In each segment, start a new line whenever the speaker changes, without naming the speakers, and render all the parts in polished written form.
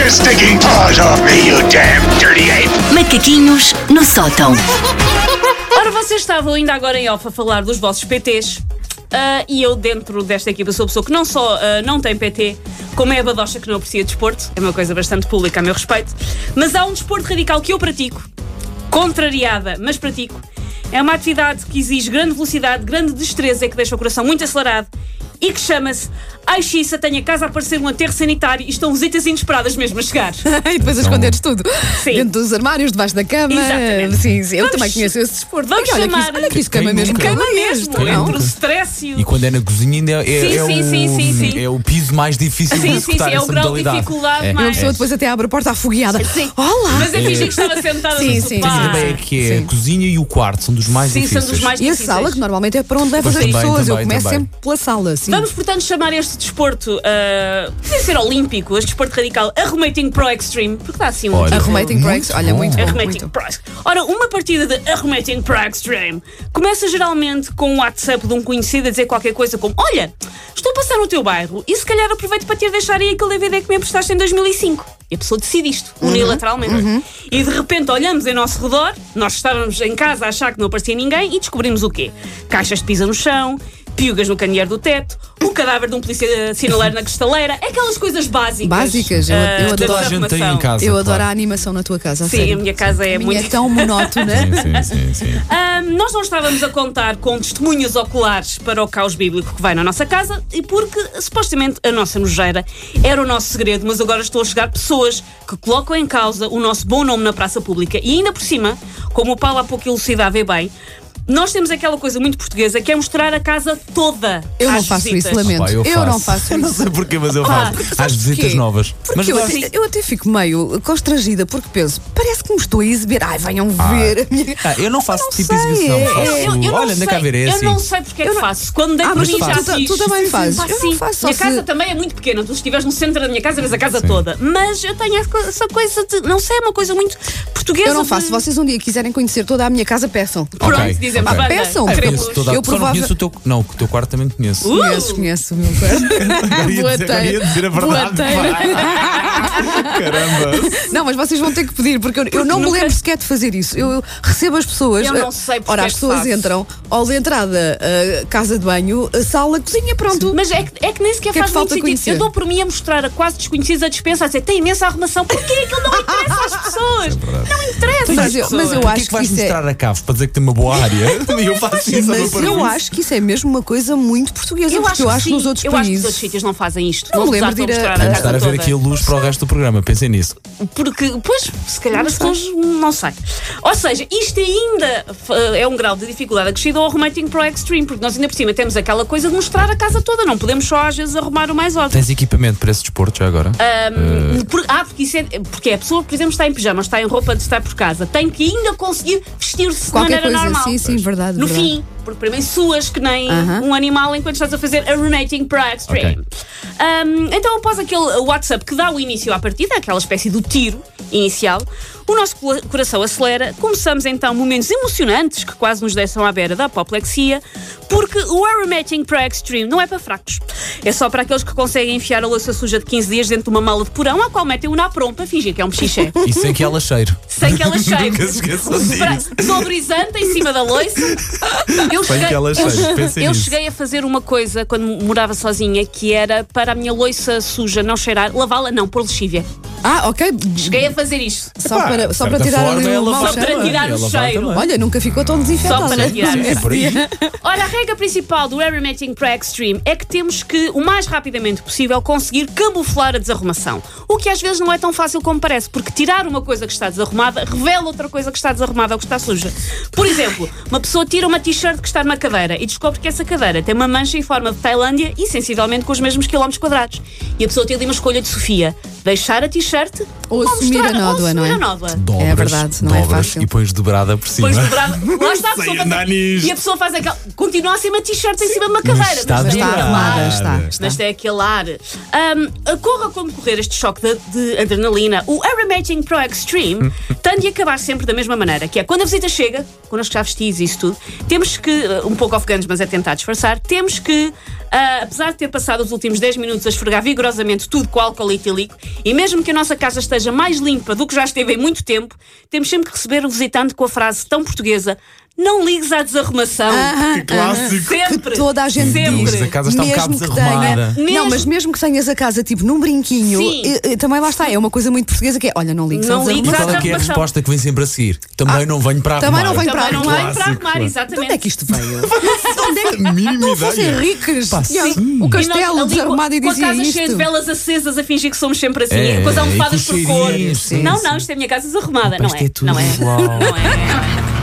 your stinking paws off me, you damn dirty ape!
Macaquinhos no sótão.
Ora, vocês estavam ainda agora em off a falar dos vossos PTs. E eu, dentro desta equipa, sou a pessoa que não só não tem PT, como é a badocha que não aprecia desporto. É uma coisa bastante pública a meu respeito. Mas há um desporto radical que eu pratico, contrariada, mas pratico. É uma atividade que exige grande velocidade, grande destreza e que deixa o coração muito acelerado e que chama-se Ai Xissa, tenho a casa a parecer um aterro sanitário e estão visitas inesperadas mesmo a chegar.
E depois a esconderes tudo.
Sim.
Dentro dos armários, debaixo da cama.
Exatamente.
Sim. Eu também conheço esse desporto.
Vamos
olha
chamar-
que isso cama mesmo.
Cama mesmo,
Quem
entre
nunca?
o stress
E quando é na cozinha ainda
Sim.
é o piso mais difícil de
Sim,
executar
é o
essa
grau de
modalidade.
dificuldade
É.
Uma
mais.
pessoa depois até abre a porta afogueada.
Sim.
Olá!
Mas eu fingi que estava sentada
Sim,
no
sim.
sofá.
Mas também é que é a cozinha e o quarto são dos mais
Sim,
difíceis.
são dos mais
E a
difíceis.
sala, que normalmente é para onde levas as
Pois
pessoas. Eu
também.
começo sempre pela sala. Sim.
Vamos, portanto, chamar este desporto, deve ser olímpico, este desporto radical, Arrumating Pro Extreme, porque dá assim um
Olha,
Arrumating Pro Extreme. Olha, muito bom.
Arrumating
muito.
Pro Extreme. Ora, uma partida de Arrumating Pro Extreme começa geralmente com um WhatsApp de um conhecido a dizer qualquer coisa como: olha, estou a passar no teu bairro e se calhar aproveito para te deixar aí aquele DVD que me emprestaste em 2005. E a pessoa decide isto, unilateralmente. E de repente olhamos em nosso redor, nós estávamos em casa a achar que não aparecia ninguém e descobrimos o quê? Caixas de pizza no chão, piugas no candeeiro do teto, o cadáver de um polícia sinaleiro na cristaleira, aquelas coisas básicas.
Básicas, eu adoro.
Toda a gente tem em casa.
Eu adoro a
claro.
animação na tua casa. a
Sim,
sério.
a minha casa é
A minha
muito.
é tão monótona.
Sim.
Nós não estávamos a contar com testemunhas oculares para o caos bíblico que vai na nossa casa e porque supostamente a nossa nojeira era o nosso segredo, mas agora estão a chegar pessoas que colocam em causa o nosso bom nome na praça pública e ainda por cima, como o Paulo há pouco elucidava bem, nós temos aquela coisa muito portuguesa que é mostrar a casa toda.
Eu não
às
faço
visitas.
isso, lamento.
Pá,
Eu não faço
Eu não
isso.
sei porquê, mas eu
Ah,
faço. Às
Sabes
visitas
porquê?
novas.
Porque
Mas
eu até fico meio constrangida, porque penso, parece que me estou a exibir. Ai, venham ver a minha.
eu não faço
não
tipo de
sei,
exibição. Faço,
Eu não
olha, anda cá
sei,
ver, é
eu
assim.
não sei porque é que faço. Quando dei por
mas
mim
tu
já
fazes.
fiz.
Tu também fazes.
Faço,
Eu não
sim.
faço, só
Minha
se-
casa também é muito pequena. Tu estiveres no centro da minha casa, vês a casa toda. Mas eu tenho essa coisa de. Não sei, é uma coisa muito portuguesa.
Eu não
de-
faço. Se vocês um dia quiserem conhecer toda a minha casa, peçam.
Pronto,
Ok,
dizemos,
ok.
banda,
Peçam.
queremos.
Conheço toda a-
Eu
Só não
provava-
conheço o teu. Não, o teu quarto também conheço.
Conheço o meu quarto.
Ia dizer a verdade. Caramba.
Não, mas vocês vão ter que pedir, porque eu não me
nunca-
lembro sequer de fazer isso. Eu recebo as pessoas.
Eu não sei porque
Ora,
é
as
que
pessoas
faço.
entram, hall de entrada, casa de banho, sala, cozinha, pronto.
Mas é que nem sequer
O que é
faz
que falta
muito sentido.
conhecer?
Eu dou por mim a mostrar a quase desconhecidos a dispensa a dizer tem imensa arrumação. Porquê aquilo não interessa às pessoas? Não interessa às
Mas eu
pessoas.
acho
Porquê que vais
isso é.
mostrar a cave para dizer que tem uma boa área? E eu faço isso.
Mas eu acho que isso é mesmo uma coisa muito portuguesa, porque eu acho que
sim.
nos outros
Eu acho que os
países.
outros sítios não fazem isto.
Não
Não
me
apesar
lembro
de
de ir a-
mostrar a
Vamos
casa
estar a ver
toda.
aqui a luz para o resto do programa. Pensem nisso.
Porque, pois, se calhar as pessoas não sei. Ou seja, isto ainda é um grau de dificuldade acrescido ao Arrumating Pro Extreme, porque nós ainda por cima temos aquela coisa de mostrar a casa toda, não podemos só às vezes arrumar o mais óbvio.
Tens equipamento para esse desporto já agora?
Porque isso é. Porque a pessoa, por exemplo, está em pijama, está em roupa de estar por casa, tem que ainda conseguir vestir-se de
Qualquer
maneira
coisa,
normal.
sim, verdade.
No
verdade.
fim, porque primeiro suas que nem
Aham.
um animal enquanto estás a fazer Arrumating Pro Extreme. Então, após aquele WhatsApp que dá o início à partida, aquela espécie do tiro inicial, o nosso coração acelera. Começamos então momentos emocionantes que quase nos deixam à beira da apoplexia, porque o Arrumating Pro Extreme não é para fracos. É só para aqueles que conseguem enfiar a louça suja de 15 dias dentro de uma mala de porão, à qual metem o napron para fingir que é um pichiché.
E sem que ela cheire.
Sem que ela cheire.
Nunca se esqueçam disso.
Sonorizante em cima da louça. Eu
Sem que ela cheire. Pensem
eu
nisso.
cheguei a fazer uma coisa quando morava sozinha, que era para a minha louça suja não cheirar, lavá-la, não, pôr lexívia.
Ah, ok.
Cheguei a fazer isto.
Só para
de certa
tirar
forma,
ali o
ela
mau
vai
Só para
cheiro.
também.
tirar o
Ela vai
cheiro.
também.
Olha, nunca ficou tão desinfetado.
Só para tirar.
É por aí.
Ora, a regra principal do Arrumating Pro Extreme é que temos que, o mais rapidamente possível, conseguir camuflar a desarrumação. O que às vezes não é tão fácil como parece, porque tirar uma coisa que está desarrumada revela outra coisa que está desarrumada ou que está suja. Por exemplo, uma pessoa tira uma t-shirt que está numa cadeira e descobre que essa cadeira tem uma mancha em forma de Tailândia e sensivelmente com os mesmos quilómetros quadrados. E a pessoa tem ali uma escolha de Sofia: deixar a t-shirt
Ou assumir a nódoa, não é?
Assumir a nódoa.
Dobras,
É verdade, não é
dobras
fácil.
e pões dobrada por cima.
Depois dobrado. Lá está a
Sei
pessoa.
andar nisto.
E a pessoa faz aquela. Continua a ser uma t-shirt em cima de uma cadeira.
Está
mas tem
está
aquele
arrumada,
ar.
está.
Mas tem aquele ar. Corra como correr este choque de adrenalina. O Aeromating Pro Extreme tem de acabar sempre da mesma maneira, que é quando a visita chega, connosco já vestidos e isso tudo, temos que, um pouco ofegantes, mas é tentar disfarçar, temos que, apesar de ter passado os últimos 10 minutos a esfregar vigorosamente tudo com álcool etílico, e mesmo que a nossa casa esteja mais limpa do que já esteve em muito tempo, temos sempre que receber o visitante com a frase tão portuguesa: não ligues à desarrumação.
Que clássico.
Sempre.
Que toda a gente
Sempre.
diz.
Mas a casa está um bocado
Mesmo que
desarrumada.
tenha-
Mesmo-
Não, mas mesmo que tenhas a casa tipo num brinquinho,
Sim.
também lá está. É uma coisa muito portuguesa que é: olha, não ligues à
Não ligues
E
à
desarrumação.
qual é que é a
desarrumação.
resposta que vem sempre a seguir? Também não venho para
Também
arrumar.
não venho
Também não
arrumar.
vem para arrumar,
Claro.
exatamente.
De onde é que isto veio?
A mínima
Não fossem
ideia.
ricos.
Pá,
Tinha
sim.
o
E nós
castelo
ali
desarrumado e
com a
dizia
casa cheia de
isto.
velas acesas a fingir que somos sempre assim,
É,
com as almofadas
e com
por cor.
cheirinhos, sim,
Não,
sim.
não, isto é a minha casa desarrumada. Não
Isto
é.
é tudo
Não é.
igual.
Não é.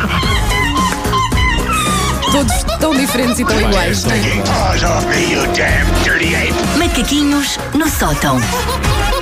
Todos tão diferentes e tão iguais. não é?
Paws off me, you damn dirty ape!
Macaquinhos no sótão.